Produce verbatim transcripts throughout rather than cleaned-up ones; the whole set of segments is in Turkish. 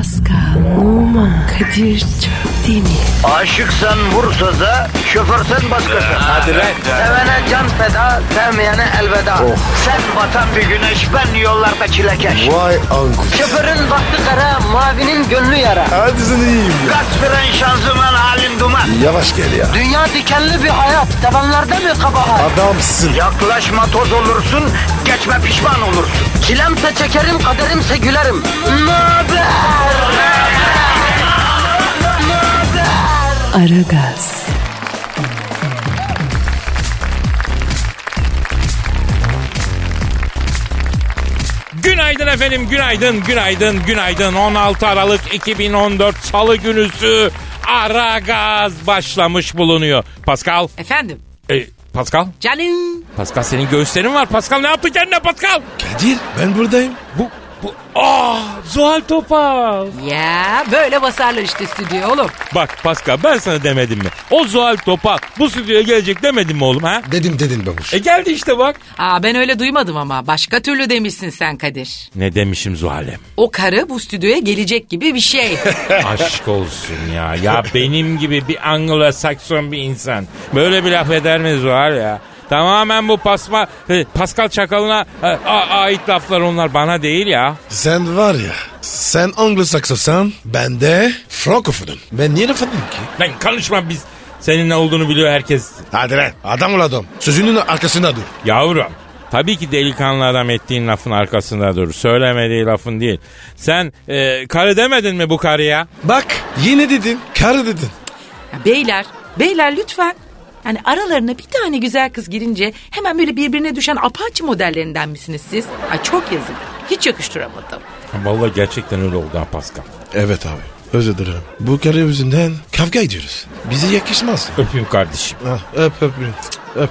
Pascal, Oman, Kadir çok değil mi? Aşıksan vursa da, şoförsen başkasın. Hadi lan. Sevene can feda, sevmeyene elveda. Oh. Sen batan bir güneş, ben yollarda çilekeş. Vay anku. Şoförün baktı kara, mavinin gönlü yara. Hadi sen iyiyim ya. Kasperen şanzıman halin duman. Yavaş gel ya. Dünya dikenli bir hayat, sevenlerde mi kabahar? Adamsın. Yaklaşma toz olursun, geçme pişman olursun. Çilemse çekerim, kaderimse gülerim. Möber! Aragaz. Günaydın efendim, günaydın, günaydın, günaydın. on altı Aralık iki bin on dört Salı günüsü Aragaz başlamış bulunuyor. Pascal. Efendim? E, Pascal? Canım. Pascal senin göğüslerin var. Pascal ne yaptın kendine Pascal? Kadir ben buradayım. Bu, bu, ah Zuhal Topal. Ya böyle basarlar işte stüdyo oğlum. Bak Pascal ben sana demedim mi? O Zuhal Topal bu stüdyoya gelecek demedim mi oğlum ha? Dedim dedim babuş. E geldi işte bak. Aa ben öyle duymadım ama başka türlü demişsin sen Kadir. Ne demişim Zuhal'em? O karı bu stüdyoya gelecek gibi bir şey. Aşk olsun ya. Ya benim gibi bir Anglo-Sakson bir insan böyle bir laf eder mi Zuhal ya? Tamamen bu pasma Pascal Çakal'ına e, a, ait laflar, onlar bana değil ya. Sen var ya, sen Anglo-Saksonsan, ben de Frankofonum. Ben niye laf edeyim ki? Lan konuşma, biz senin ne olduğunu biliyor herkes. Hadi lan, adam ol adam. Sözünün arkasında dur. Yavrum, tabii ki delikanlı adam ettiğin lafın arkasında dur. Söylemediği lafın değil. Sen e, karı demedin mi bu karıya? Bak yine dedin, karı dedin. Ya beyler, beyler lütfen. Yani aralarına bir tane güzel kız girince hemen böyle birbirine düşen Apache modellerinden misiniz siz? Ay çok yazık. Hiç yakıştıramadım. Vallahi gerçekten öyle oldu ha Pascal. Evet abi, özür dilerim. Bu karı yüzünden kavga ediyoruz. Bize yakışmaz. Öpeyim kardeşim. Ha, öp öp öp.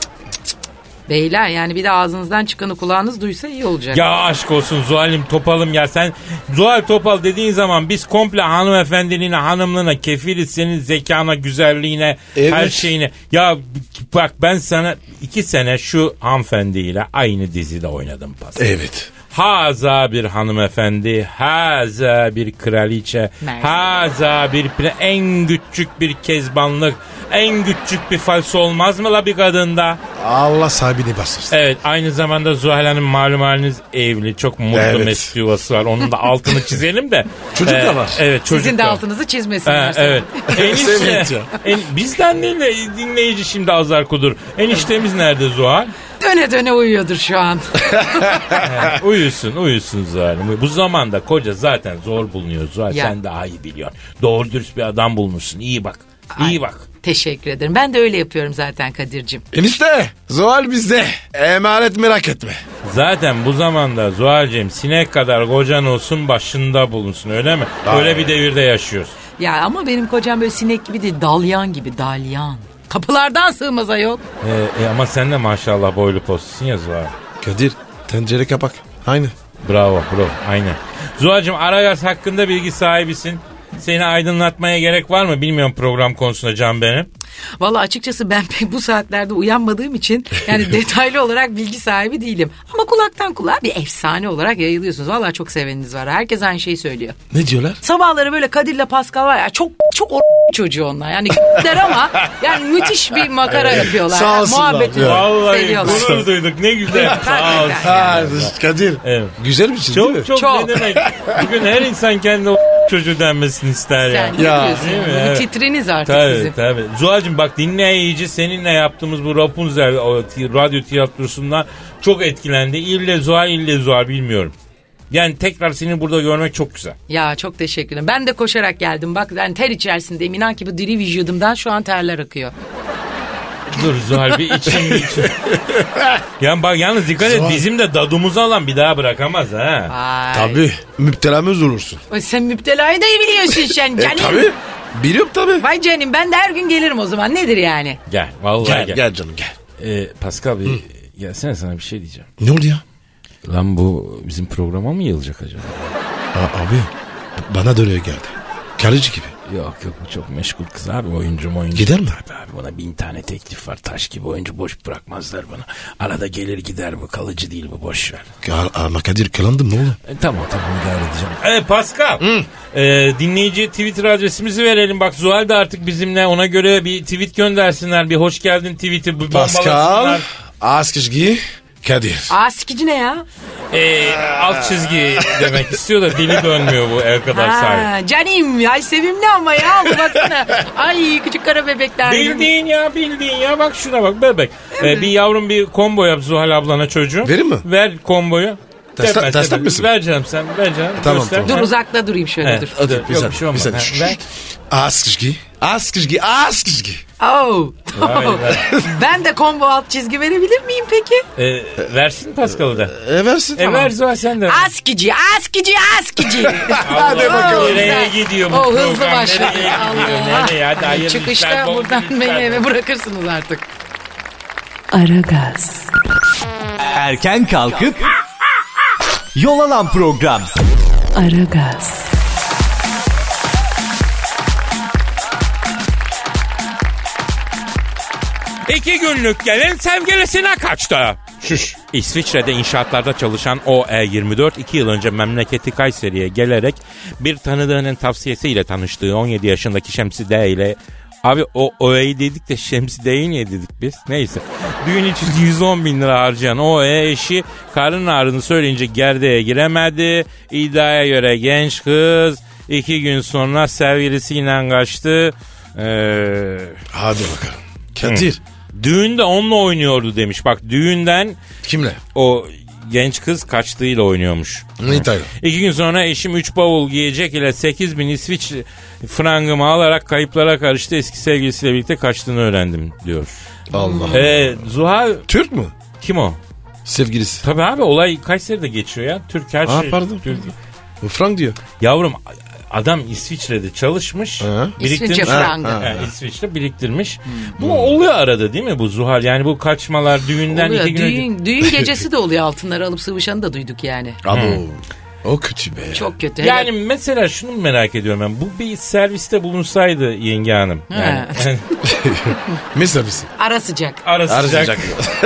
Beyler yani bir de ağzınızdan çıkanı kulağınız duysa iyi olacak. Ya aşk olsun Zuhal'im Topal'ım ya, sen Zuhal Topal dediğin zaman biz komple hanımefendiliğine, hanımlığına kefiliz, senin zekana, güzelliğine, evet, her şeyine. Ya bak ben sana iki sene şu hanımefendiyle aynı dizide oynadım Pascal. Evet. Haza bir hanımefendi, haza bir kraliçe, Mersi. haza bir en küçük bir kezbanlık, en küçük bir falso olmaz mı la bir kadında? Allah sahibini bastırsın. Evet, aynı zamanda Zuhal Hanım malum haliniz evli, çok mutlu, evet, mesut yuvası var. Onun da altını çizelim de. Çocuk ee, da var. Evet, çocuk Sizin da de var. altınızı çizmesinler. Ee, evet. Enişte, Evet ya. en, bizden değil de dinleyici şimdi azar kudur. Eniştemiz nerede Zuhal? Döne döne uyuyordur şu an. He, uyusun uyusun Zuhal. Bu zamanda koca zaten zor bulunuyor Zuhal. Ya. Sen daha iyi biliyorsun. Doğru dürüst bir adam bulmuşsun. İyi bak. İyi Ay, bak. Teşekkür ederim. Ben de öyle yapıyorum zaten Kadir'cim. Enişte, Zuhal bizde. Emanet merak etme. Zaten bu zamanda Zuhal'cığım sinek kadar kocan olsun, başında bulunsun, öyle mi? Ay. Öyle bir devirde yaşıyoruz. Ya ama benim kocam böyle sinek gibi değil, dalyan gibi, dalyan. Kapılardan sığmaz ayol. Ee, e, ama sen de maşallah boylu poslusun ya Zuhal. Kadir, tencere kapak. Aynı. Bravo bro, aynen. Zuhal'cığım Aragaz hakkında bilgi sahibisin. Seni aydınlatmaya gerek var mı? Bilmiyorum program konusunda can benim. Valla açıkçası ben pek bu saatlerde uyanmadığım için yani detaylı olarak bilgi sahibi değilim. Ama kulaktan kulağa bir efsane olarak yayılıyorsunuz. Valla çok seveniniz var. Herkes aynı şeyi söylüyor. Ne diyorlar? Sabahları böyle Kadir'le Pascal var ya, çok çok o çocuğu onlar. Yani der ama yani müthiş bir makara yapıyorlar. Sağ olsunlar. Muhabbetini Vallahi seviyorlar. gurur duyduk, ne güzel. Sağ ol. Ha, Kadir. Evet. Güzel bir şey değil mi? Çok çok, Çok. ne demek? Bugün her insan kendi o çocuğu denmesini ister Sen ya. ne Ya. diyorsun? Değil mi? Bu Evet. titriniz artık Tabii sizin. tabii. Zuhal'cığım bak, dinleyici seninle yaptığımız bu Rapunzel o, ti- radyo tiyatrosundan çok etkilendi. İlle Zuhal, ille Zuhal bilmiyorum. Yani tekrar seni burada görmek çok güzel. Ya çok teşekkür ederim. Ben de koşarak geldim. Bak ben ter içerisindeyim. İnan ki bu diri vücudumdan şu an terler akıyor. Dur Zuhal bir içim bir içim. Yani bak yalnız dikkat et, Zuhal. bizim de dadumuzu alan bir daha bırakamaz ha. Vay. Tabii. Müptelamız olursun. Ay, sen müptelayı da iyi biliyorsun sen E, canım. tabii. Biliyorum tabii. Vay canım, ben de her gün gelirim o zaman. Nedir yani? Gel vallahi Gel, gel. gel canım gel. Ee, Pascal bir gelsene, sana bir şey diyeceğim. Ne oldu ya? Lan bu bizim programa mı yayılacak acaba? Aa, abi bana dönüyor geldi. Kalıcı gibi. Yok yok, bu çok meşgul kız abi, oyuncu oyuncu. Gider mi? Abi, abi buna bin tane teklif var, taş gibi oyuncu, boş bırakmazlar bana. Arada gelir gider, bu kalıcı değil, bu boş ver. Ya, ama Kadir kılandın mı oğlum? E, tamam tamam, idare edeceğim. Evet Pascal. Ee, dinleyici Twitter adresimizi verelim. Bak Zuhal da artık bizimle, ona göre bir tweet göndersinler. Bir hoş geldin tweet'i bu Pascal, Askışgi, Kadir. Askici ne ya? Ee, alt çizgi demek istiyor da dili dönmüyor bu el kadar sahip. Ha, canim. Ay sevimli ama ya. Bu baksana. Ay küçük kara bebekler. Bildiğin ya bildiğin ya bak şuna bak bebek. Ee, bir yavrum bir combo yap Zuhal ablana çocuğum. Verir mi? Ver comboyu. Testa- Demez, testak demez. mısın? Ver canım sen ver canım. Tamam, göster. tamam. Dur uzakta durayım şöyle Evet. dur. Hadi, Yok, bir saniye, bir şey olmaz. bir saniye. Ha, Şşş. ver. Askışgi, Askışgi, Askışgi. Oh. Vay be. Ben de combo alt çizgi verebilir miyim peki? Ee, versin Pascal'ı da. E versin. E ver Zuhal sen de. Askici, askici, askici. Hadi bakalım. Nereye gidiyor bu O program? hızlı başladı. Nereye gidiyor? Allah. Nereye? Hadi hayırlı işler, Çıkışta bol buradan gülüşler. beni eve bırakırsınız artık. Aragaz, Erken kalkıp yol alan program. Aragaz, İki günlük gelin sevgilisine kaçtı. Şuş. İsviçre'de inşaatlarda çalışan O E yirmi dört iki yıl önce memleketi Kayseri'ye gelerek bir tanıdığının tavsiyesiyle tanıştığı on yedi yaşındaki Şemside ile... Abi o O'yu dedik de Şemside'yi niye dedik biz? Neyse. Düğün için yüz on bin lira harcayan O E eşi karın ağrını söyleyince gerdeğe giremedi. İddiaya göre genç kız iki gün sonra sevgilisiyle kaçtı. Eee... Hadi bakalım. Kadir. Düğünde onunla oynuyordu demiş. Bak düğünden Kimle? o genç kız kaçtığıyla oynuyormuş. İtalya. İki gün sonra eşim üç bavul giyecek ile sekiz bin İsviçre frangımı alarak kayıplara karıştı. Eski sevgilisiyle birlikte kaçtığını öğrendim diyor. Allah. Ee, Zuhal Türk mü? kim o? Sevgilisi. Tabii abi olay Kayseri'de geçiyor ya. Türk her Aa, şey. pardon. Türk. Bu Frank diyor. Yavrum adam İsviçre'de çalışmış. Ha. Biriktirmiş. İsviçre frangı. Ha, ha. Yani İsviçre biriktirmiş. Bu oluyor arada değil mi bu Zuhal? Yani bu kaçmalar düğünden Oluyor. iki gün önce. Düğün, düğün gecesi de oluyor, altınları alıp sıvışanı da duyduk yani. Abo. O kötü be. Çok kötü. Yani mesela şunu merak ediyorum ben. Bu bir serviste bulunsaydı yenge hanım. Yani, yani Ne servisi? Ara sıcak. ara sıcak. Arayacak.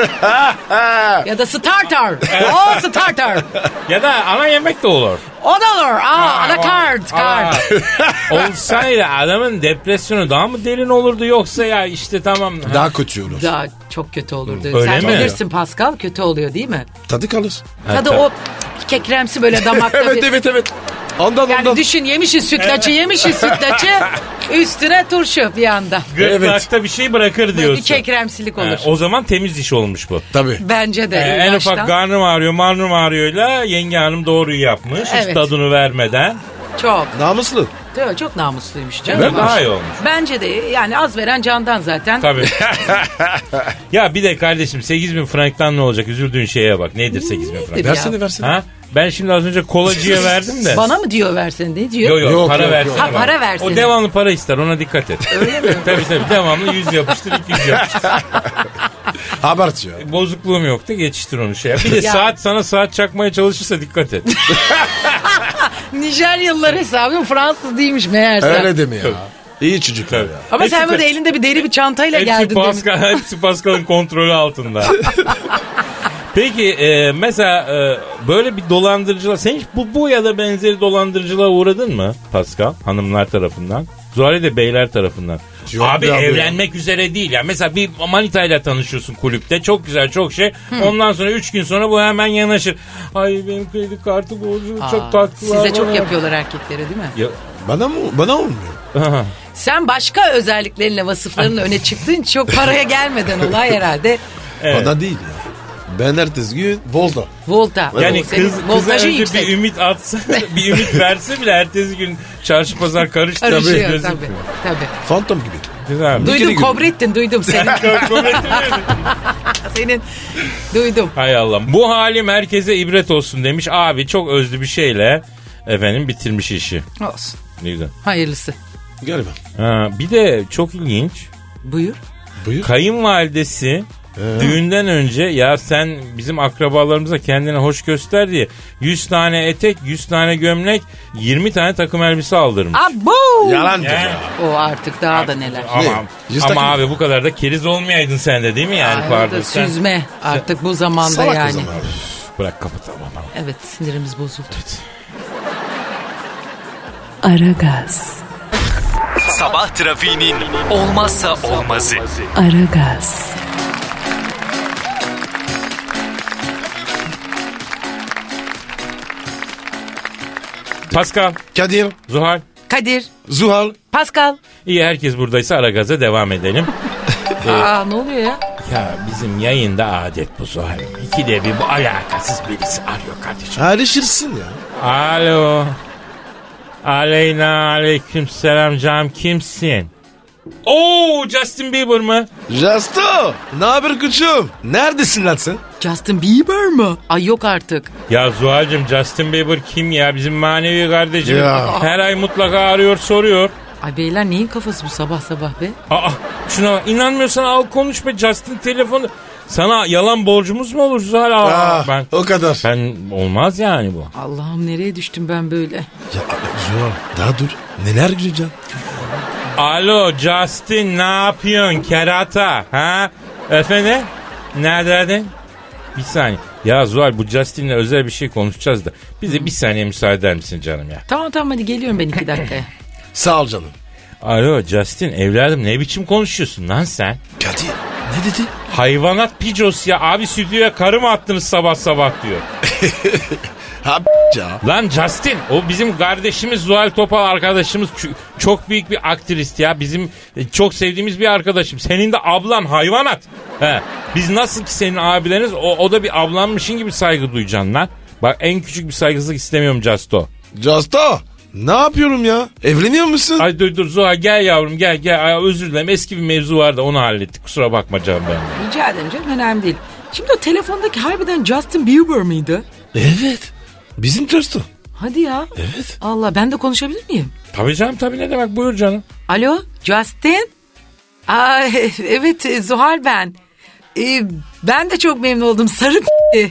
Ya da starter. O starter. Ya da ana yemek de olur. O da olur. Aa, ala kart. Aa, Kart. olsaydı adamın depresyonu daha mı derin olurdu yoksa ya işte tamam. Daha kötü olur. Daha çok kötü olurdu. Öyle Sen mi? bilirsin Pascal, kötü oluyor değil mi? Tadı kalır. Tadı o kekremsi böyle damakta Evet bir... evet evet. Ondan Yani ondan. düşün, yemişiz sütlaçı, yemişiz sütlaçı. Üstüne turşu bir anda. Gırtlakta bir şey bırakır Bir diyorsun. kekremsilik olur. Ha, o zaman temiz iş olmuş bu. Tabii. Bence de. Ee, en baştan. ufak karnım ağrıyor, marnım ağrıyor'yla yenge hanım doğruyu yapmış. Hiç Evet. tadını vermeden. Çok. Namuslu. Değil mi? Çok namusluymuş canım. Değil mi? Daha iyi olmuş. Bence de yani az veren candan zaten. Tabii. Ya bir de kardeşim sekiz bin franktan ne olacak? Üzüldüğün şeye bak. Nedir sekiz bin frank? Ya. Versene versene. Ha? Ben şimdi az önce kolacıya verdim de. Bana mı diyor versen, ne diyor? Yok yok, Yok, para yok, versene. yok. Ha, bana. para versene. O devamlı para ister, ona dikkat et. Öyle mi? Tabii tabii devamlı yüz yapıştır iki yüz yapıştır. Abartıyor. Bozukluğum yoktu, geçiştir onu şey yap. Bir de Ya. saat sana saat çakmaya çalışırsa dikkat et. Nijeryalılar hesabı Fransız değilmiş meğerse. Öyle deme ya. İyi çocuklar Tabii. ya. Ama Hepsi sen böyle de- elinde bir deri bir çantayla Hepsi geldin demin. Pascal, hepsi Pascal'ın kontrolü altında. Peki e, mesela e, böyle bir dolandırıcılar, sen hiç bu, bu ya da benzeri dolandırıcılığa uğradın mı Pascal hanımlar tarafından? Zuhal'e de beyler tarafından. Yok abi be abi evlenmek üzere değil ya. Mesela bir manitayla tanışıyorsun kulüpte. Çok güzel çok şey. Ondan sonra üç gün sonra bu hemen yanaşır. Ay benim kredi kartı borcum Aa, çok taktılar. Size çok bana. yapıyorlar erkeklere değil mi? Ya, Bana mı? Bana olmuyor. Sen başka özelliklerinle, vasıflarınla öne çıktığın çok paraya gelmeden olay herhalde. evet. Bana değil ya. Ben ertesi gün Volta. Volta. Yani Senin kız, kıza voltajı önce yüksek. bir ümit atsa, bir ümit verse bile ertesi gün çarşı pazar karıştı. Karışıyor tabii. gözükmüyor. tabii. Fantom gibi. Güzel. kere Duydum gün. Kobrettin duydum senin. senin duydum. Hay Allah. Bu halim herkese ibret olsun demiş. Abi çok özlü bir şeyle efendim bitirmiş işi. Olsun. Ne güzel. Hayırlısı. Galiba. Ha, bir de çok ilginç. Buyur. Buyur. Kayınvalidesi Ee? düğünden önce ya sen bizim akrabalarımıza kendini hoş göster diye yüz tane etek, yüz tane gömlek, yirmi tane takım elbise aldırmış. Abo. Yalan Yani. ya. O artık daha da neler. Ama, Ne? Yüz ama takım- abi bu kadar da keriz olmayaydın sen de değil mi yani? Ay, o Pardon. da Sen... süzme artık bu zamanda Salak yani. o zaman abi. Bırak kapat ama. Evet sinirimiz bozuldu. Aragaz. Sabah trafiğinin olmazsa olmazı. Aragaz. Pascal, Kadir, Zuhal. Kadir, Zuhal. Pascal. İyi, herkes buradaysa Aragaz'a devam edelim. Aa ne oluyor ya? Ya bizim yayında adet bu Zuhal. İkide bir bu alakasız birisi arıyor kardeşim. Alışırsın ya. Alo. Aleyna aleyküm selam canım, kimsin? Oo, Justin Bieber mı? Justo. Ne haber koçum? Neredesin lan sen? Justin Bieber mı? Ay yok artık. Ya Zuhal'cığım, Justin Bieber kim ya? Bizim manevi kardeşim. Ya. Her ay mutlaka arıyor, soruyor. Ay beyler neyin kafası bu sabah sabah be? Aa, şuna bak, inanmıyorsan al konuş be, Justin telefonu. Sana yalan borcumuz mu olur Zuhal? Aa, Ah, ben, o kadar. ben olmaz yani bu. Allah'ım nereye düştüm ben böyle? Ya Zuhal daha dur. Neler güleceksin? Alo Justin, ne yapıyorsun kerata? Ha? Efendim? Neredeydin? Bir saniye. Ya Zuhal, bu Justin'le özel bir şey konuşacağız da. Bize bir saniye müsaade eder misin canım ya? Tamam tamam hadi geliyorum ben iki dakikaya. Sağ ol canım. Alo Justin, evladım ne biçim konuşuyorsun lan sen? Kadir ne dedi? Hayvanat picos ya. Abi stüdyoya karı mı attınız sabah sabah diyor. Ha ya. Lan Justin, o bizim kardeşimiz Zuhal Topal arkadaşımız, ç- çok büyük bir aktrist ya. Bizim e, çok sevdiğimiz bir arkadaşım. Senin de ablan hayvanat. He. Biz nasıl ki senin abileriniz, o, o da bir ablanmışın gibi saygı duyacaksın lan. Bak, en küçük bir saygısızlık istemiyorum Justo. Justo. Ne yapıyorum ya? Evleniyor musun? Ay dur dur Zuhal, gel yavrum gel gel. Ay, özür dilerim, eski bir mevzu vardı, onu hallettik. Kusura bakma canım benim. Rica ederim canım, önemli değil. Şimdi o telefondaki harbiden Justin Bieber mıydı? Evet. Bizim Justo. Hadi ya. Evet. Allah, ben de konuşabilir miyim? Tabii canım, tabii, ne demek, buyur canım. Alo Justin? Aa, evet Zuhal ben. Ee, ben de çok memnun oldum, sarı p***.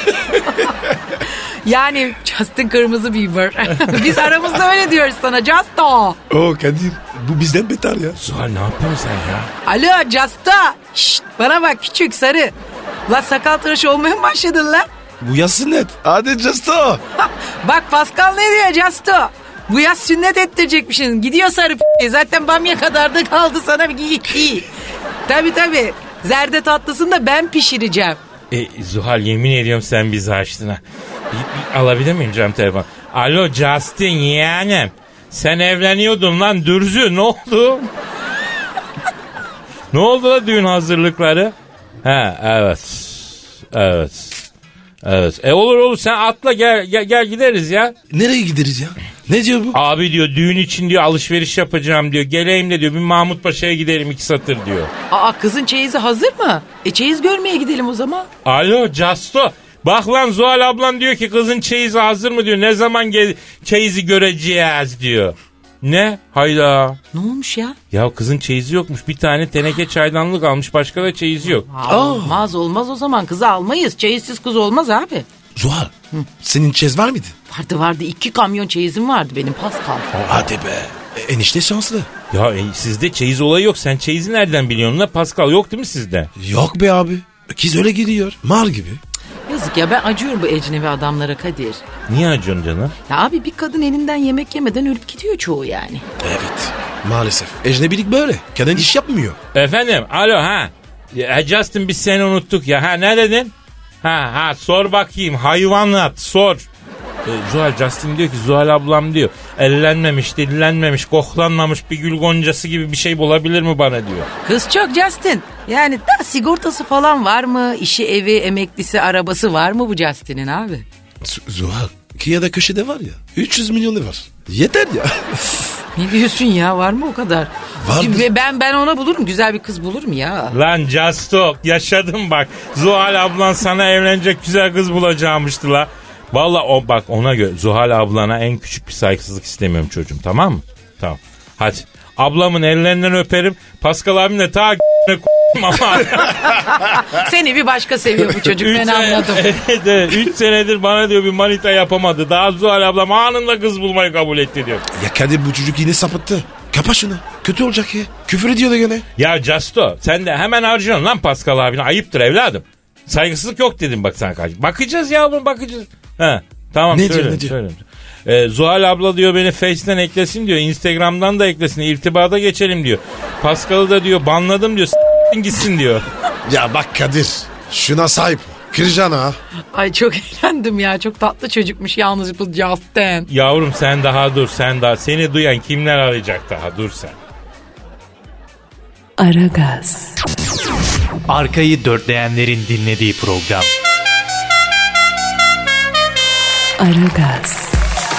Yani Justin Kırmızı Bieber. Biz aramızda öyle diyoruz sana Justo. O Kadir bu bizden beter ya. Zuhal, ne yapıyorsun sen ya? Alo Justo. Şşt, bana bak küçük sarı. La sakal tıraşı olmaya mı başladın la? Bu yaz sünnet. Hadi Justo. Bak Pascal ne diyor Justo? Bu yaz sünnet ettirecekmişsin. Gidiyor sarı p***. Zaten bamya kadar da kaldı sana bir giy giy. Tabii tabii. Zerde tatlısını da ben pişireceğim. E, Zuhal, yemin ediyorum sen bizi açtın ha. Bir, bir alabilir miyim canım telefon? Alo Justin yeğenim. Sen evleniyordun lan dürzü, ne oldu? Ne oldu la düğün hazırlıkları? Ha evet. Evet. Evet. E olur olur, sen atla gel gel, gel gideriz ya. Nereye gideriz ya? Ne diyor bu? Abi diyor, düğün için diyor alışveriş yapacağım diyor. Geleyim de diyor bir Mahmut Paşa'ya gidelim iki satır diyor. Aa, kızın çeyizi hazır mı? E çeyiz görmeye gidelim o zaman. Alo Casto. Bak lan, Zuhal ablan diyor ki kızın çeyizi hazır mı diyor. Ne zaman gel çeyizi göreceğiz diyor. Ne? Hayda. Ne olmuş ya? Ya kızın çeyizi yokmuş. Bir tane teneke çaydanlık almış. Başka da çeyizi yok. Aa, olmaz olmaz o zaman, kızı almayız. Çeyizsiz kız olmaz abi. Zuhal. Senin çez var mıydı? Vardı vardı, iki kamyon çeyizim vardı benim Pascal. Hadi be. E, enişte şanslı. Ya e, sizde çeyiz olayı yok. Sen çeyizi nereden biliyorsun la? Pascal yok değil mi sizde? Yok be abi. Kız öyle giriyor. Mal gibi. Yazık ya, ben acıyorum bu ecnebi adamlara Kadir. Niye acıyorsun canım? Ya abi, bir kadın elinden yemek yemeden ölüp gidiyor çoğu yani. Evet. Maalesef. Ecnebilik böyle. Kadın iş yapmıyor. Efendim, alo ha. Ya, Justin, biz seni unuttuk ya. Ha, ne dedin? Ha ha, sor bakayım, hayvanat sor. E, Zuhal, Justin diyor ki Zuhal ablam diyor ellenmemiş, dillenmemiş, koklanmamış bir gül goncası gibi bir şey bulabilir mi bana diyor. Kız çok Justin. Yani da sigortası falan var mı? İşi, evi, emeklisi, arabası var mı bu Justin'in abi? Z- Zuhal. Kia'da köşede var ya. üç yüz milyonu var. Yeter ya. Ne diyorsun ya, var mı o kadar? Vardır. Ve ben ben ona bulurum, güzel bir kız bulurum ya. Lan Justo, yaşadım bak. Zuhal ablan sana evlenecek güzel kız bulacağımıştı la. Valla o bak, ona göre Zuhal ablana en küçük bir saygısızlık istemiyorum çocuğum, tamam mı? Tamam. Hadi. Ablamın ellerinden öperim. Pascal abim de ta ama. Seni bir başka seviyor bu çocuk, ben anladım. Evet, evet. Üç senedir bana diyor bir manita yapamadı. Daha Zuhal ablam anında kız bulmayı kabul etti diyor. Ya Kadir, bu çocuk yine sapıttı. Kapa şunu. Kötü olacak ya. Küfür ediyor da gene. Ya Justo, sen de hemen harcıyorsun lan Pascal abine. Ayıptır evladım. Saygısızlık yok dedim bak sana karşı. Bakacağız yavrum, bakacağız. He, tamam Ne söyle. diyor, ne diyor? Söyle. E, Zuhal abla diyor beni Face'ten eklesin diyor. Instagram'dan da eklesin. İrtibata geçelim diyor. Pascal'ı da diyor banladım diyor. S**tin gitsin diyor. Ya bak Kadir şuna sahip. Kıracaksın ha. Ay çok eğlendim ya. Çok tatlı çocukmuş yalnız bu Justin. Yavrum sen daha dur sen daha. Seni duyan kimler arayacak daha dur sen. Aragaz, Arkayı dörtleyenlerin dinlediği program. Aragaz,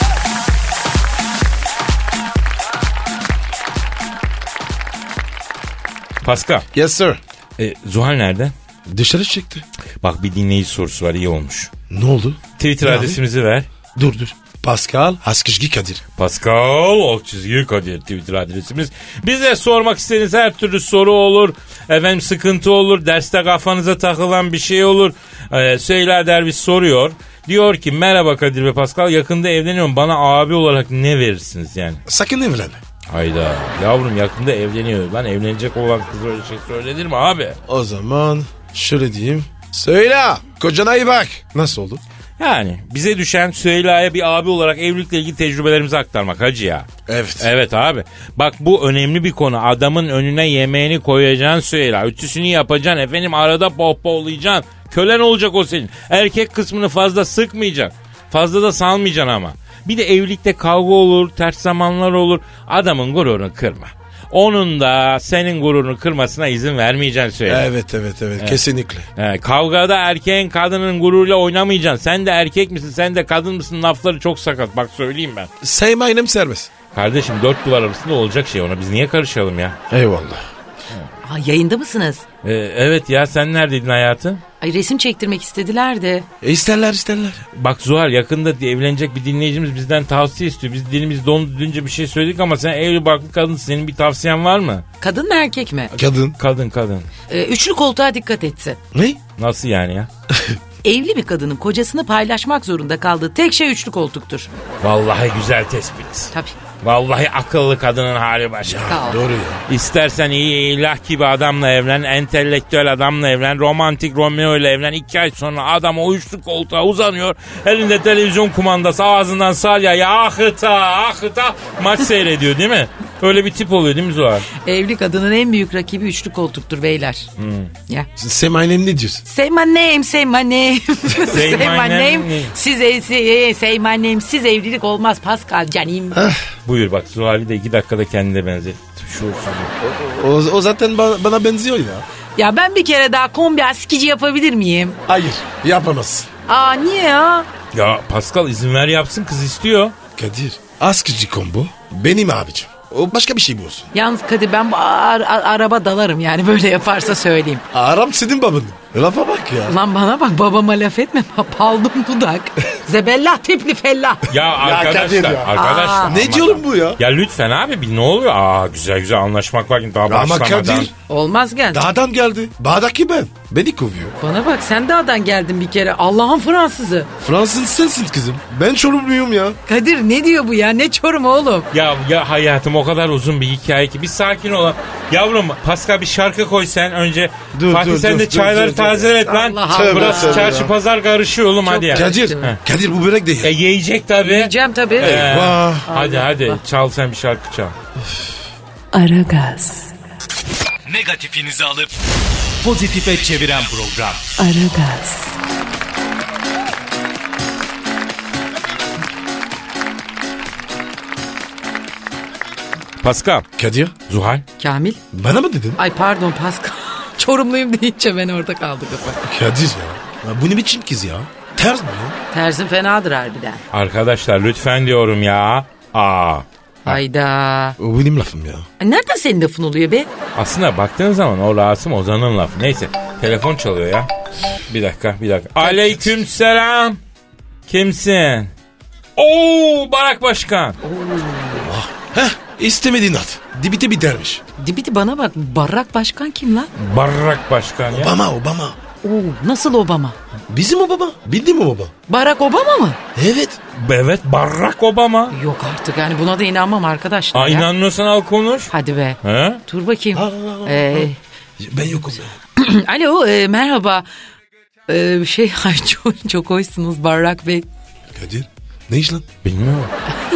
Pascal. Yes sir. E, Zuhal nerede? Dışarı çıktı. Bak bir dinleyici sorusu var iyi olmuş. Ne oldu? Twitter Ne adresimizi ver. Dur dur. Pascal Askışgi Kadir. Pascal alt çizgi Kadir Twitter adresimiz. Bize sormak istediğiniz her türlü soru olur. Efendim sıkıntı olur. Derste kafanıza takılan bir şey olur. Ee, Süheyla Derviş soruyor. Diyor ki merhaba Kadir ve Pascal yakında evleniyorum. Bana abi olarak ne verirsiniz yani? Sakın evlenme. Hayda yavrum yakında evleniyor. Lan evlenecek olan kız öyle şey söylenir mi abi? O zaman şöyle diyeyim. Söyle kocana iyi bak. Nasıl oldu? Yani bize düşen Süheyla'ya bir abi olarak evlilikle ilgili tecrübelerimizi aktarmak hacı ya. Evet. Evet abi. Bak bu önemli bir konu. Adamın önüne yemeğini koyacaksın Süheyla. Ütüsünü yapacaksın. Efendim arada pohpohlayacaksın. Kölen olacak o senin. Erkek kısmını fazla sıkmayacaksın. Fazla da salmayacaksın ama. Bir de evlilikte kavga olur, ters zamanlar olur. Adamın gururunu kırma. Onun da senin gururunu kırmasına izin vermeyeceksin Süheyla. Evet evet evet, evet. Kesinlikle. He, kavgada erkeğin kadının gururuyla oynamayacaksın. Sen de erkek misin, sen de kadın mısın lafları çok sakat. Bak söyleyeyim ben. Say my name serbest. Kardeşim dört duvar arasında olacak şey ona. Biz niye karışalım ya? Eyvallah. Ha, yayında mısınız? Ee, evet ya sen neredeydin hayatım? Ay resim çektirmek istediler de. E isterler isterler. Bak Zuhal yakında evlenecek bir dinleyicimiz bizden tavsiye istiyor. Biz dilimiz dondu dünce bir şey söyledik ama sen evli barklı kadınsın. Senin bir tavsiyen var mı? Kadın mı erkek mi? Kadın. Kadın kadın. Ee, üçlü koltuğa dikkat etsin. Ne? Nasıl yani ya? Evli bir kadının kocasını paylaşmak zorunda kaldığı tek şey üçlü koltuktur. Vallahi güzel tespit. Tabii. Vallahi akıllı kadının hali başka. Sağ ol. Doğru ya. İstersen iyi ilah gibi adamla evlen, entelektüel adamla evlen, romantik Romeo ile evlen. İki ay sonra adam o üçlü koltuğa uzanıyor. Elinde televizyon kumandası, ağzından salyayı ahıta ahıta maç seyrediyor değil mi? Öyle bir tip oluyor değil mi Zuhal? Evli kadının en büyük rakibi üçlü koltuktur beyler. Hmm. Ya. Say my name ne diyorsun? Say my name, say my name. say, my my name. name. Siz ev, say, say my name. Siz evlilik olmaz Pascal canim. Buyur bak Zuhal'i de iki dakikada kendine benzetti. Şu O, o zaten bana, bana benziyor ya. Ya ben bir kere daha kombi askici yapabilir miyim? Hayır yapamazsın. Aa niye ya? Ya Pascal izin ver yapsın kız istiyor. Kadir askıcı combo benim abicim. O başka bir şey bu olsun. Yalnız Kadir ben bu ar- ar- araba dalarım yani böyle yaparsa söyleyeyim. Aram senin babanın. Lafa bak ya. Lan bana bak babama laf etme. Paldum dudak. Zebellah tipli fellah. Ya arkadaşlar Kadir ya. arkadaşlar. Ne diyorum bu ya? Ya lütfen abi bir ne oluyor? Aa güzel güzel anlaşmak var ki daha Ama başlamadan. Kadir Olmaz gel. dağdan geldi. Bağdaki ben. Beni kovuyor. Bana bak sen dağdan geldin bir kere. Allah'ın Fransızı. Fransız sensin kızım. Ben Çorumluyum ya. Kadir ne diyor bu ya? Ne Çorum oğlum? Ya ya hayatım o kadar uzun bir hikaye ki bir sakin ol. Yavrum Pascal bir şarkı koy sen önce. Dur, Fatih dur, sen dur, de dur, çayları dur, dur. taze et lan. Allah Tövbe, Burası tövbe çarşı ya. pazar karışıyor oğlum hadi ya. Kadir. mi? Kadir bu börek değil. E, yiyecek tabii. Yiyeceğim tabii. Ee, Vah. hadi hadi çal sen bir şarkı çal. Aragaz, Negatifinizi alıp pozitife çeviren program. Aragaz, Pascal, Kadir Zuhal. Kamil. bana mı dedin? Ay pardon Pascal. Çorumluyum deyince ben orada kaldı kafa. Kadir ya. Ya bu ne biçim kız ya? Ters mi ya? Tersin fenadır harbiden. Arkadaşlar lütfen diyorum ya. Aa. Hayda. O benim lafım ya. Ay, nereden senin lafın oluyor be? Aslında baktığın zaman o Rasim Ozan'ın lafı. Neyse telefon çalıyor ya. Bir dakika bir dakika. Aleyküm selam. Kimsin? Oo Barak Başkan. Heh istemediğin at. Dibite bitermiş. Dibiti bana bak. Barrak başkan kim lan? Barak Başkan ya. Obama Obama. Oo, nasıl Obama? Bizim Obama. Bildiğin mi Obama? Barack Obama mı? Evet. Evet Barack Obama. Yok artık yani buna da inanmam arkadaşlar Aa, ya. inanmıyorsan al konuş. Hadi be. He? Dur bakayım. Aa, aa, aa, Ee, Ben yokum ya. alo e, merhaba. Ee, şey ay çok, çok hoşsunuz Barrak Bey. Kadir Ne iş lan? Bilmiyorum.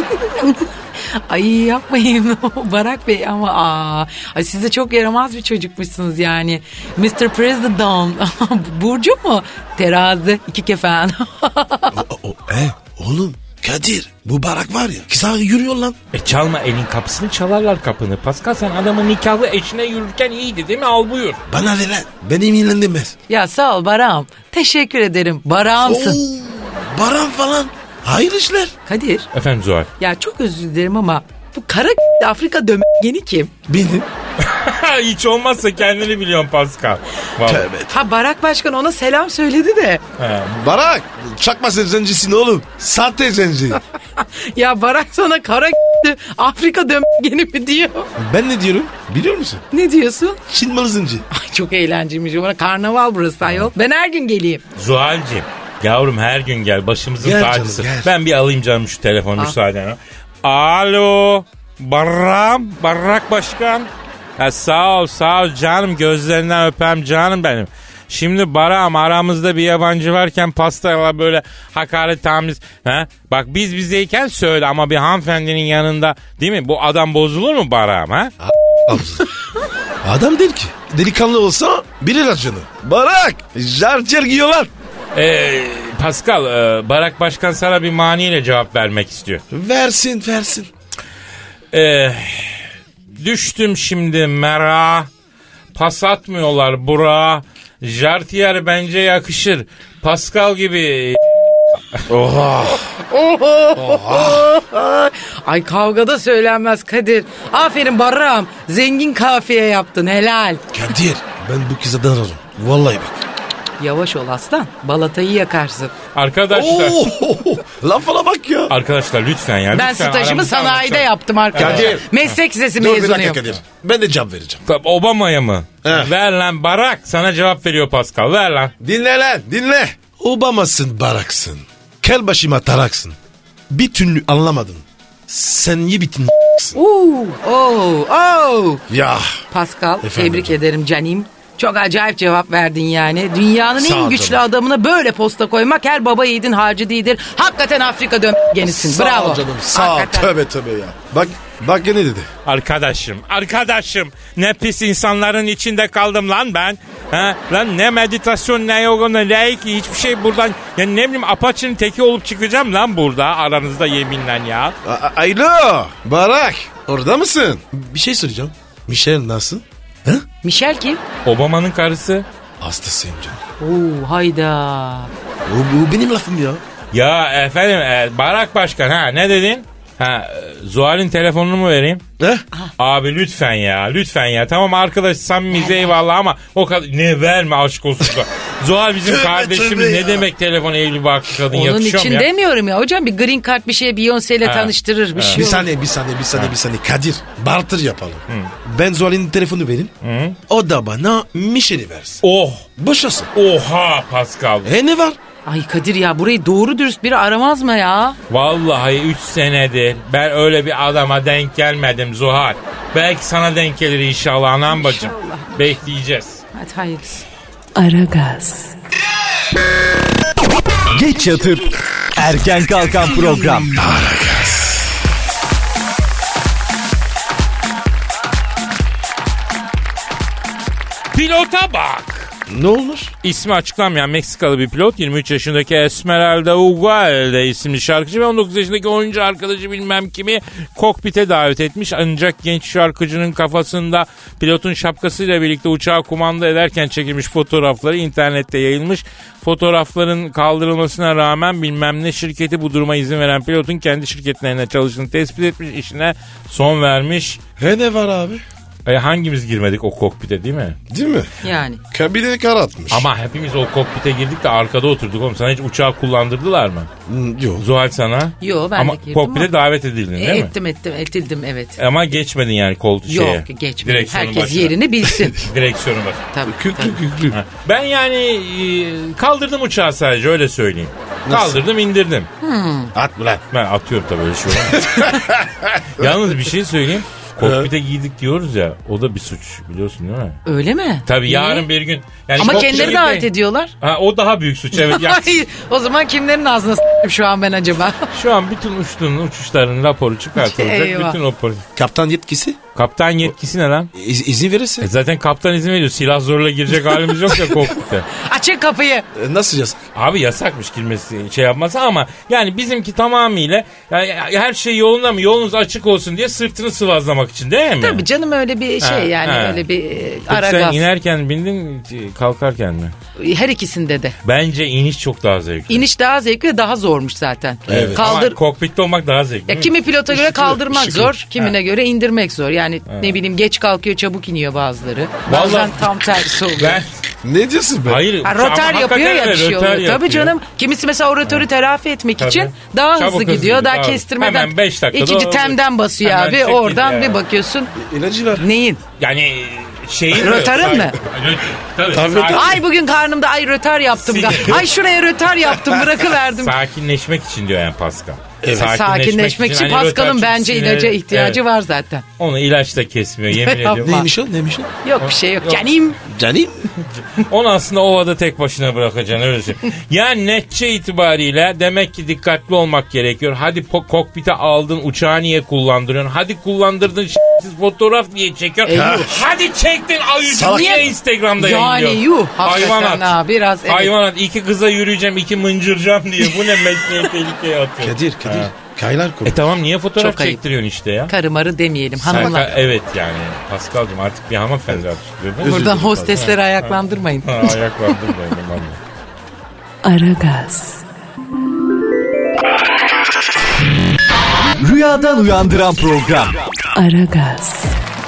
Ay yapmayın Barak Bey ama aa. Ay siz de çok yaramaz bir çocukmuşsunuz yani. mister President. Burcu mu? Terazi iki kefen. o, o, e, oğlum Kadir bu Barak var ya kısa yürüyor lan. E çalma elin kapısını, çalarlar kapını. Pascal, sen adamın nikahlı eşine yürürken iyiydi değil mi? Al buyur. Bana ne lan? Benim ilgilendirmez. Ya sağ ol Barak'ım. Teşekkür ederim. Barak'ımsın. Oo, Baran falan. Hayır işler. Kadir. Efendim Zuhal. Ya çok özür dilerim ama bu kara Afrika dömeni kim? Benim. Hiç olmazsa kendini biliyorsun Pascal. Vallahi. Tövbe. Ha Barak Başkan ona selam söyledi de. He. Barak çakma sen zencisin oğlum. Sahte zenci. Ya Barak sana kara Afrika dömeni mi diyor? Ben ne diyorum biliyor musun? Ne diyorsun? Çin malı zenci. Ay çok eğlenceliymiş. Bana karnaval burası ayol. Ben her gün geleyim. Zuhal'cığım, yavrum her gün gel, başımızın Gel tacısı. canım, gel. Ben bir alayım canım şu telefonu müsaadenle. Alo, Barram, Barrak Başkan. Ha, sağ ol, sağ ol canım, gözlerinden öpem canım benim. Şimdi Barak'ım, aramızda bir yabancı varken pastayla böyle hakaret tamiz. Ha? Bak biz bizeyken söyle ama bir hanımefendinin yanında değil mi? Bu adam bozulur mu Barak'ım ha? Adam değil ki. Delikanlı olsa bilir acını. Barak jarcer giyiyorlar. Ee, Pascal, e, Barak Başkan sana bir maniyle cevap vermek istiyor. Versin versin. Ee, düştüm şimdi mera. Pas atmıyorlar bura. Jartier bence yakışır. Pascal gibi. Oha. Ay kavgada söylenmez Kadir. Aferin Barak'ım. Zengin kafiye yaptın helal. Kadir ben bu kıza dararım. Vallahi bak. Yavaş ol aslan. Balatayı yakarsın. Arkadaşlar. Oo, lafına bak ya. Arkadaşlar lütfen ya. Ben lütfen stajımı aramızda sanayide anlaşalım. yaptım arkadaşlar. Kadir. Meslek lisesi Dur bir dakika mezunuyum. Kadir. Ben de cevap vereceğim. Tabii, Obama'ya mı? Heh. Ver lan Barak, sana cevap veriyor Pascal, ver lan. Dinle lan dinle. Obama'sın Barak'sın. Kel başıma taraksın. Bir türlü anlamadın. Sen iyi bitin Oo, oo, oo. ya. Pascal Efendim tebrik canım. ederim canim. Çok acayip cevap verdin yani. Dünyanın Sağ en ol güçlü canım. adamına böyle posta koymak her baba yiğidin harcı değildir. Hakikaten Afrika dömgenisin. Sağ Bravo. ol canım sağ ol. Hakikaten. Tövbe tövbe ya. Bak bak ne dedi. Arkadaşım, arkadaşım, ne pis insanların içinde kaldım lan ben. Ha, lan ne meditasyon, ne yoga, ne reiki, hiçbir şey buradan. Ya ne bileyim, Apache'nin teki olup çıkacağım lan burada aranızda yeminle ya. A- a- Alo Barak orada mısın? Bir şey soracağım. Michelle nasıl? Ha? Michel kim? Obama'nın karısı. Hastasıyım canım. Oo hayda. O, o benim lafım ya. Ya efendim, e, Barak Başkan, ha ne dedin? Ha, e, Zuhal'in telefonunu mu vereyim? He? Abi lütfen ya, lütfen ya. Tamam arkadaş, samimiyiz eyvallah ama o kadar ne verme, aşk olsun. Zuhal bizim Tövbe, kardeşimiz, tövbe ne ya. demek telefon evli barklı kadın, Onun yakışıyor için mu ya? demiyorum ya hocam, bir green card bir şey Beyoncé ile Ha. tanıştırır bir Ha. şey Bir olur. saniye bir saniye bir saniye bir saniye. Kadir barter yapalım. Ben Zuhal'in telefonu vereyim. O da bana Michelle'i versin. Oh, Boşasın. oha Pascal. E ne var? Ay Kadir ya, burayı doğru dürüst biri aramaz mı ya? Vallahi üç senedir ben öyle bir adama denk gelmedim Zuhal. Belki sana denk gelir inşallah anam bacım. İnşallah. Bekleyeceğiz. Hadi hayırlısı. Aragaz, Geç yatıp erken kalkan program. Pilota bak. Ne olmuş? İsmi açıklanmayan Meksikalı bir pilot, yirmi üç yaşındaki Esmeralda Ugalde isimli şarkıcı ve on dokuz yaşındaki oyuncu arkadaşı bilmem kimi kokpite davet etmiş. Ancak genç şarkıcının kafasında pilotun şapkasıyla birlikte uçağı kumanda ederken çekilmiş fotoğrafları internette yayılmış. Fotoğrafların kaldırılmasına rağmen bilmem ne şirketi bu duruma izin veren pilotun kendi şirketlerine çalıştığını tespit etmiş, işine son vermiş. He ne var abi? E, hangimiz girmedik o kokpite değil mi? Değil mi? Yani. Kabine karatmış. Ama hepimiz o kokpite girdik de arkada oturduk oğlum. Sana hiç uçağı kullandırdılar mı? Hmm, yok. Zuhal sana. Yo ben Ama de girdim kokpite ama. davet edildin değil mi? Ettim ettim etildim evet. Ama geçmedin yani koltuğu şeye. Yok geçmedim. Direksiyonun Herkes başına. yerini bilsin. Direksiyonu bak. Tabii, Küklü tabii. küklü. Ha. Ben yani e, kaldırdım uçağı sadece, öyle söyleyeyim. Nasıl? Kaldırdım indirdim. At mı lan? Ben atıyorum tabii, öyle şey olmaz. Yalnız bir şey söyleyeyim. Kokpite giydik diyoruz ya, o da bir suç biliyorsun değil mi? Öyle mi? Tabii Niye? yarın bir gün. Yani Ama kokpite kendileri girdik- davet ediyorlar. Ha, o daha büyük suç evet. Ya, Hayır, o zaman kimlerin ağzına s- şu an ben acaba? Şu an bütün uçtuğun uçuşların raporu çıkartılacak. Eyvah. Bütün o polis. Kaptan yetkisi? Kaptan yetkisi ne lan? İz, izin verirse. E zaten kaptan izin veriyor. Silah zorla girecek halimiz yok ya kokpite. Açın kapıyı. E, nasıl yasak? Abi yasakmış girmesi şey yapması ama yani bizimki tamamıyla yani her şey yolunda mı, yolunuz açık olsun diye sırtını sıvazlamak için değil mi? Tabii canım, öyle bir şey Ha, yani ha. öyle bir e, Peki ara sen gaz. inerken bindin, kalkarken mi? Her ikisinde de. Bence iniş çok daha zevkli. İniş daha zevkli ve daha zormuş zaten. Evet. Kaldır. Ama kokpitte olmak daha zevkli. Ya kimi pilota göre kaldırmak şıkır. zor, kimine göre indirmek zor. Yani ne bileyim, geç kalkıyor çabuk iniyor bazıları. Vallahi- Bazen tam tersi oluyor. Ben Ne diyorsun be? hayır. Ha, ama rotar hakikaten yapıyor ya, öyle, bir şey rötar oluyor. Tabii yapıyor. canım. Kimisi mesela o rötarı telafi etmek Tabii. için daha Çabuk hızlı hızlı gidiyor. gidiyor, Daha daha- kestirmeden. hemen beş dakikada İkinci o- temden basıyor Hemen abi. çek Oradan gidiyor. bir bakıyorsun. İlacı var. Neyin? Yani şeyin Rötarın mı? Tabii. Tabii, sakin- Ay bugün karnımda ay rötar yaptım. Sinir. Ay şuraya rötar yaptım, bırakıverdim. Sakinleşmek için diyor yani Pascal. Evet. Sakinleşmek için hani Pascal'ın rötar bence çünkü ilaca sinir- ihtiyacı Evet. var zaten. Onu ilaç da kesmiyor yemin ediyorum. Yapma. Neymiş o? Neymiş o? Yok bir şey yok. Yok. Canim. Canim. Onu aslında ovada tek başına bırakacaksın öyle şey. Yani netçe itibariyle demek ki dikkatli olmak gerekiyor. Hadi po- kokpite aldın, uçağı niye kullandırıyorsun? Hadi kullandırdın s**siz fotoğraf niye çekiyorsun? E, yuh. Hadi çektin ayıcı Salak. niye Instagram'da Yani yayınlıyorsun? yuh. Hakikaten Hayvanat. ha, biraz evet. Hayvanat. İki kıza yürüyeceğim, iki mıncıracağım diye. Bu ne mesleği tehlikeye atıyor. Kadir, Kadir. Ha. Kaynar konu. E tamam niye fotoğraf Çok ayıp. çektiriyorsun işte ya? Karı marı demeyelim Sen hanımlar. ka- evet yani Pascal'cığım artık bir hanımefendi artık. Buradan hostesleri ayaklandırmayın. Ha, ayaklandırmayın. Tamam. Aragaz, Rüyadan uyandıran program. Aragaz,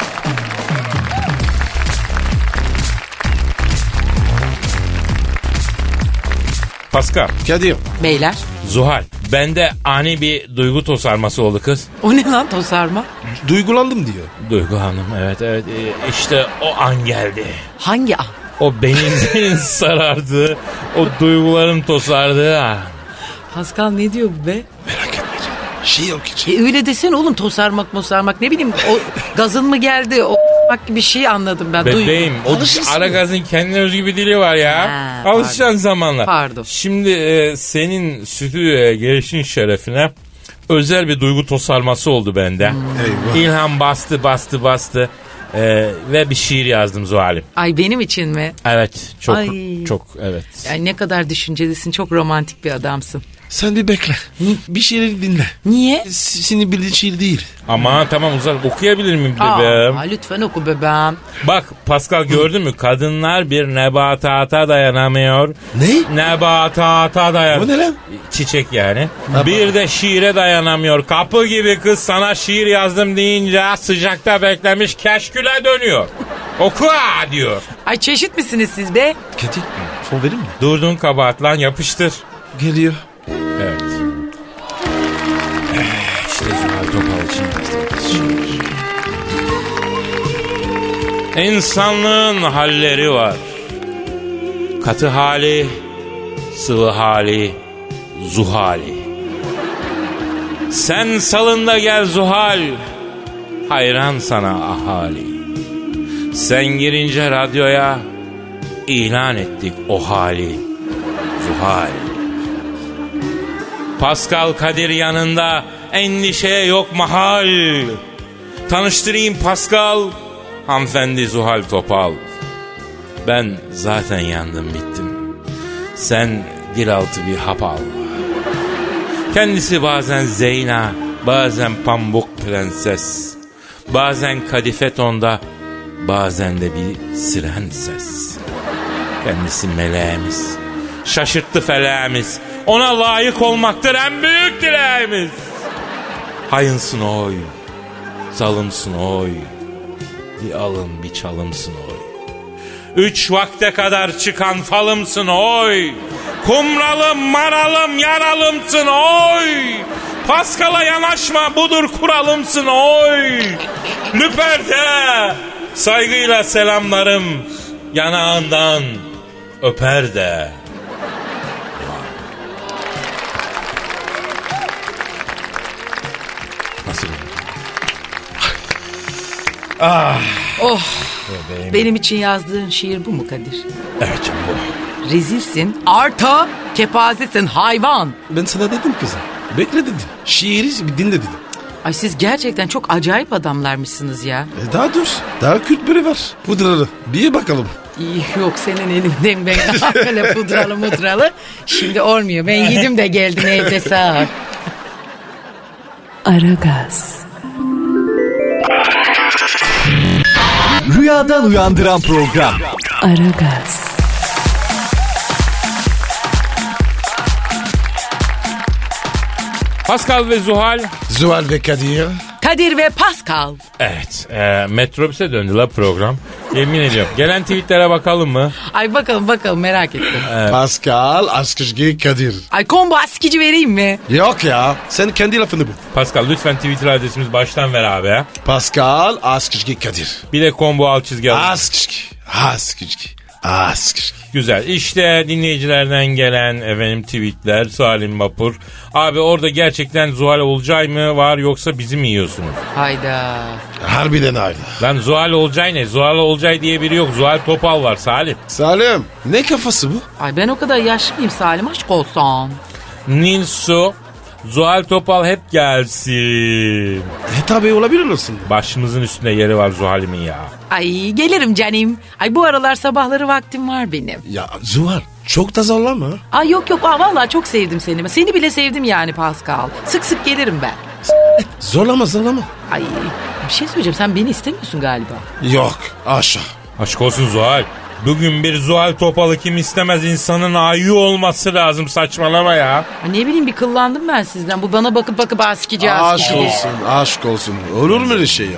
Pascal, Kadir. Beyler. Zuhal, bende ani bir duygu tosarması oldu kız. O ne lan tosarma? Duygulandım diyor. Duygu Hanım, evet evet Ee, işte o an geldi. Hangi an? O benizlerin sarardığı, o duyguların tosardığı an. Pascal ne diyor bu be? Merak etme. Şey yok hiç. E öyle desene oğlum, tosarmak mosarmak ne bileyim, o gazın mı geldi, o bak gibi şey anladım ben. Duy- Bebeğim o Alışırsın Aragaz'ın kendine özgü bir dili var ya. Ha, Alışacaksın zamanla. Pardon. Şimdi e, senin stüdyoya gelişin şerefine özel bir duygu tosarması oldu bende. Eyvah. İlham bastı bastı bastı e, ve bir şiir yazdım Zuhal'im. Ay benim için mi? Evet çok Ay. çok evet. Ay ne kadar düşüncelisin, çok romantik bir adamsın. Sen bir bekle. Bir şeyleri dinle. Niye? S- Senin bildiğin şiir değil. Aman tamam uzak okuyabilir miyim Aa, bebeğim? lütfen oku bebeğim. Bak Pascal gördün mü? Kadınlar bir nebatata dayanamıyor. Ne? Nebatata dayan. O ne lan? Çiçek yani. Bir de şiire dayanamıyor. Kapı gibi kız sana şiir yazdım deyince sıcakta beklemiş keşküle dönüyor. Oku ha diyor. Ay çeşit misiniz siz be? Kadir. Fon verir mi? Durdun kabahat lan yapıştır. Geliyor. Evet. Eh, İşte Zuhal Topal için yazdığımız şiir. İnsanlığın halleri var. Katı hali, sıvı hali, zuhali. Sen salında gel Zuhal, hayran sana ahali. Sen girince radyoya ilan ettik o hali, Zuhal. Pascal Kadir yanında endişeye yok mahal. Tanıştırayım Pascal, hanımefendi Zuhal Topal. Ben zaten yandım bittim. Sen dil altı bir hap al. Kendisi bazen Zeyna, bazen Pambuk Prenses. Bazen kadife tonda, bazen de bir siren ses. Kendisi meleğimiz, şaşırttı feleğimiz. Ona layık olmaktır en büyük dileğimiz. Hayınsın oy, zalımsın oy, bir alım bir çalımsın oy. Üç vakte kadar çıkan falımsın oy. Kumralım maralım yaralımsın oy. Paskal'a yanaşma budur kuralımsın oy. Lüperde saygıyla selamlarım yanağından öper de. Nasıl? Ah. Oh. Benim için yazdığın şiir bu mu Kadir? Evet canım bu. Rezilsin. Artı Kepazesin hayvan. Ben sana dedim kızım. Bekle dedim. Şiiri bir dinle dedim. Ay siz gerçekten çok acayip adamlarmışsınız ya. E daha dur. Daha Kürt biri var. Pudralı. Bir bakalım. Yok senin elinden ben daha böyle pudralı mudralı. Şimdi olmuyor. Ben yedim de geldim evde sağ ol. Aragaz, Rüyadan uyandıran program. Aragaz, Pascal ve Zuhal. Zuhal ve Kadir. Kadir ve Pascal. Evet. E, metrobüse döndü la program. Yemin ediyorum. Gelen tweetlere bakalım mı? Ay bakalım bakalım merak ettim. Pascal Askışgi Kadir. Ay combo askici vereyim mi? Yok ya. Sen kendi lafını bul. Pascal lütfen Twitter adresimiz baştan ver abi. Ha? Pascal Askışgi Kadir. Bir de combo alt çizgi al. Askışgi. Askışgi. Askışgi. Güzel. İşte dinleyicilerden gelen efendim tweetler. Salim Vapur. Abi orada gerçekten Zuhal Olcay mı var yoksa bizi mi yiyorsunuz? Hayda. Harbiden aynı. Lan Zuhal Olcay ne? Zuhal Olcay diye biri yok. Zuhal Topal var Salim. Salim. Ne kafası bu? Ay ben o kadar yaşlı mıyım Salim aşk olsun. Nilsu. Zuhal Topal hep gelsin. E tabi olabilir olsun. Başımızın üstünde yeri var Zuhal'imin ya. Ay gelirim canım. Ay bu aralar sabahları vaktim var benim. Ya Zuhal çok da zorlama. Ay yok yok aa, vallahi çok sevdim seni. Seni bile sevdim yani Pascal. Sık sık gelirim ben. Zorlama zorlama. Ay bir şey söyleyeceğim sen beni istemiyorsun galiba. Yok aşağı. Aşk olsun Zuhal. Bugün bir Zuhal Topal'ı kim istemez, insanın ayı olması lazım, saçmalama ya. Ay, ne bileyim bir kıllandım ben sizden. Bu bana bakıp bakıp askici Aşk askici. olsun aşk olsun. Olur mu öyle şey ya?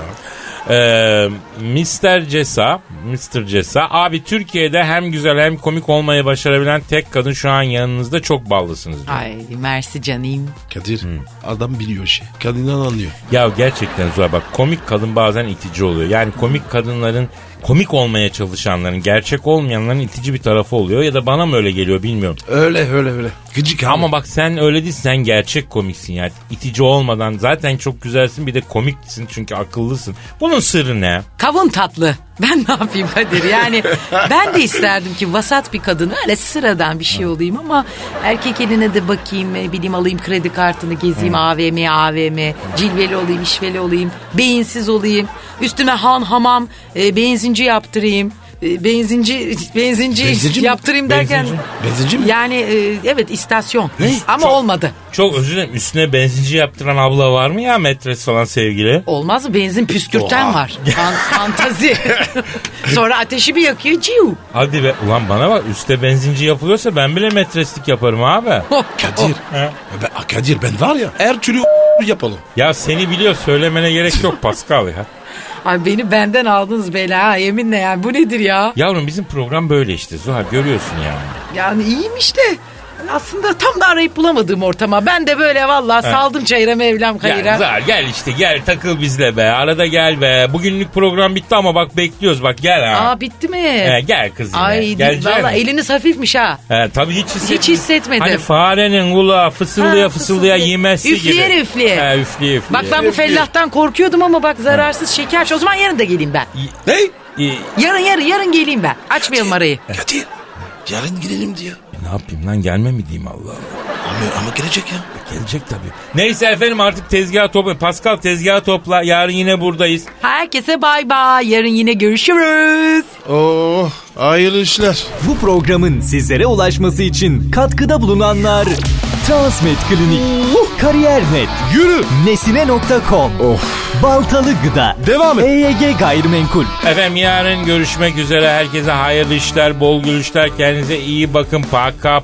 Ee, mister Cesa, mister Cesa. Abi Türkiye'de hem güzel hem komik olmayı başarabilen tek kadın şu an yanınızda, çok ballısınız diyor. Ay mersi canım. Kadir adam biliyor şey. Kadından anlıyor. Ya gerçekten Zuhal bak, komik kadın bazen itici oluyor. Yani komik kadınların, komik olmaya çalışanların, gerçek olmayanların itici bir tarafı oluyor. Ya da bana mı öyle geliyor bilmiyorum. Öyle öyle öyle. Gıcık ama. Ama bak sen öyle değilsin, sen gerçek komiksin yani. İtici olmadan zaten çok güzelsin, bir de komiksin çünkü akıllısın. Bunun sırrı ne? Kavun tatlı. Ben ne yapayım Kadir yani ben de isterdim ki vasat bir kadın öyle sıradan bir şey olayım ama erkek eline de bakayım, ne bileyim alayım kredi kartını gezeyim, A V M A V M, cilveli olayım, işveli olayım, beyinsiz olayım, üstüme han hamam e, benzinci yaptırayım. Benzinci benzinci, Benzinci mi? yaptırayım derken Benzinci. Benzinci mi? yani e, evet istasyon Ne? ama Çok- olmadı. Çok özür dilerim, üstüne benzinci yaptıran abla var mı ya, metres falan sevgili? Olmaz mı? Benzin püskürten Oha. var. Fan- fantazi. Sonra ateşi bir yakıyor. Ciu. Hadi be ulan, bana bak, üstte benzinci yapılıyorsa ben bile metreslik yaparım abi. Kadir. He. Ben, Kadir ben var ya her türlü yapalım. Ya seni biliyor, söylemene gerek yok Pascal ya. Ay beni benden aldınız bela ha, yeminle yani bu nedir ya? Yavrum bizim program böyle işte Zuhal, görüyorsun yani. Yani iyiymiş de aslında tam da arayıp bulamadığım ortama. Ben de böyle vallahi saldım çayıra Mevlam Gel kayıra. Zuhal, gel işte, gel takıl bizle be, arada gel be. Bugünlük program bitti ama bak bekliyoruz, bak gel ha. Aa bitti mi? He, gel kız yine. Ay Gelecek valla mi? eliniz hafifmiş ha. He, tabii hiç hissetmedim. Hiç hissetmedim. Hani farenin kulağı fısıldaya Ha, fısıldaya fısıldaya. yemesi gibi. Üfleye üfleye. He, üfleye üfleye. Bak ben bu fellahtan korkuyordum ama bak zararsız şeker. O zaman yarın da geleyim ben. Ne? İyi. Yarın yarın yarın geleyim ben. Açmayalım arayı. Kadir. Yarın gidelim diyor. Ne yapayım lan, gelme mi diyeyim, Allah Allah. Ama, ama gelecek ya. Gelecek tabii. Neyse efendim, artık tezgahı topla. Pascal tezgahı topla. Yarın yine buradayız. Herkese bay bay. Yarın yine görüşürüz. Oo, hayırlı işler. Bu programın sizlere ulaşması için katkıda bulunanlar Transmed Klinik, Kariyer.net, Yürü. Nesine nokta com, Baltalı Gıda, Devam et. E Y G Gayrimenkul. Efendim yarın görüşmek üzere. Herkese hayırlı işler, bol gülüşler. Kendinize iyi bakın. Paka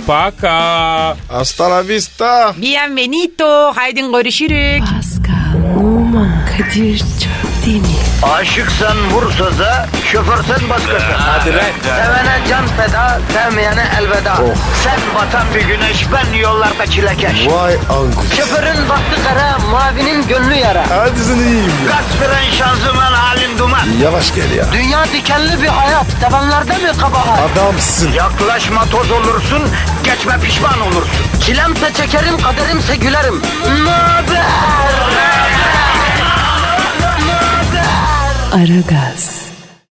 paka. Hasta la vista. Bienvenido. Haydi görüşürüz. Pascal, Oman, Kadir çok değil mi? Aşıksan vursa da, şoförsen başkasın. Hadi lan. Sevene can feda, sevmeyene elveda. Sen batan bir güneş, ben yollarda çilekeş. Vay anku. Şoförün baktı kara, mavinin gönlü yara. Hadi sen iyiyim ya. Kasperen şanzıman halin duman. Yavaş gel ya. Dünya dikenli bir hayat, sevenlerde mi kabahar? Adamsın. Yaklaşma toz olursun, geçme pişman olursun. Çilemse çekerim, kaderimse gülerim. Möber! Aragaz.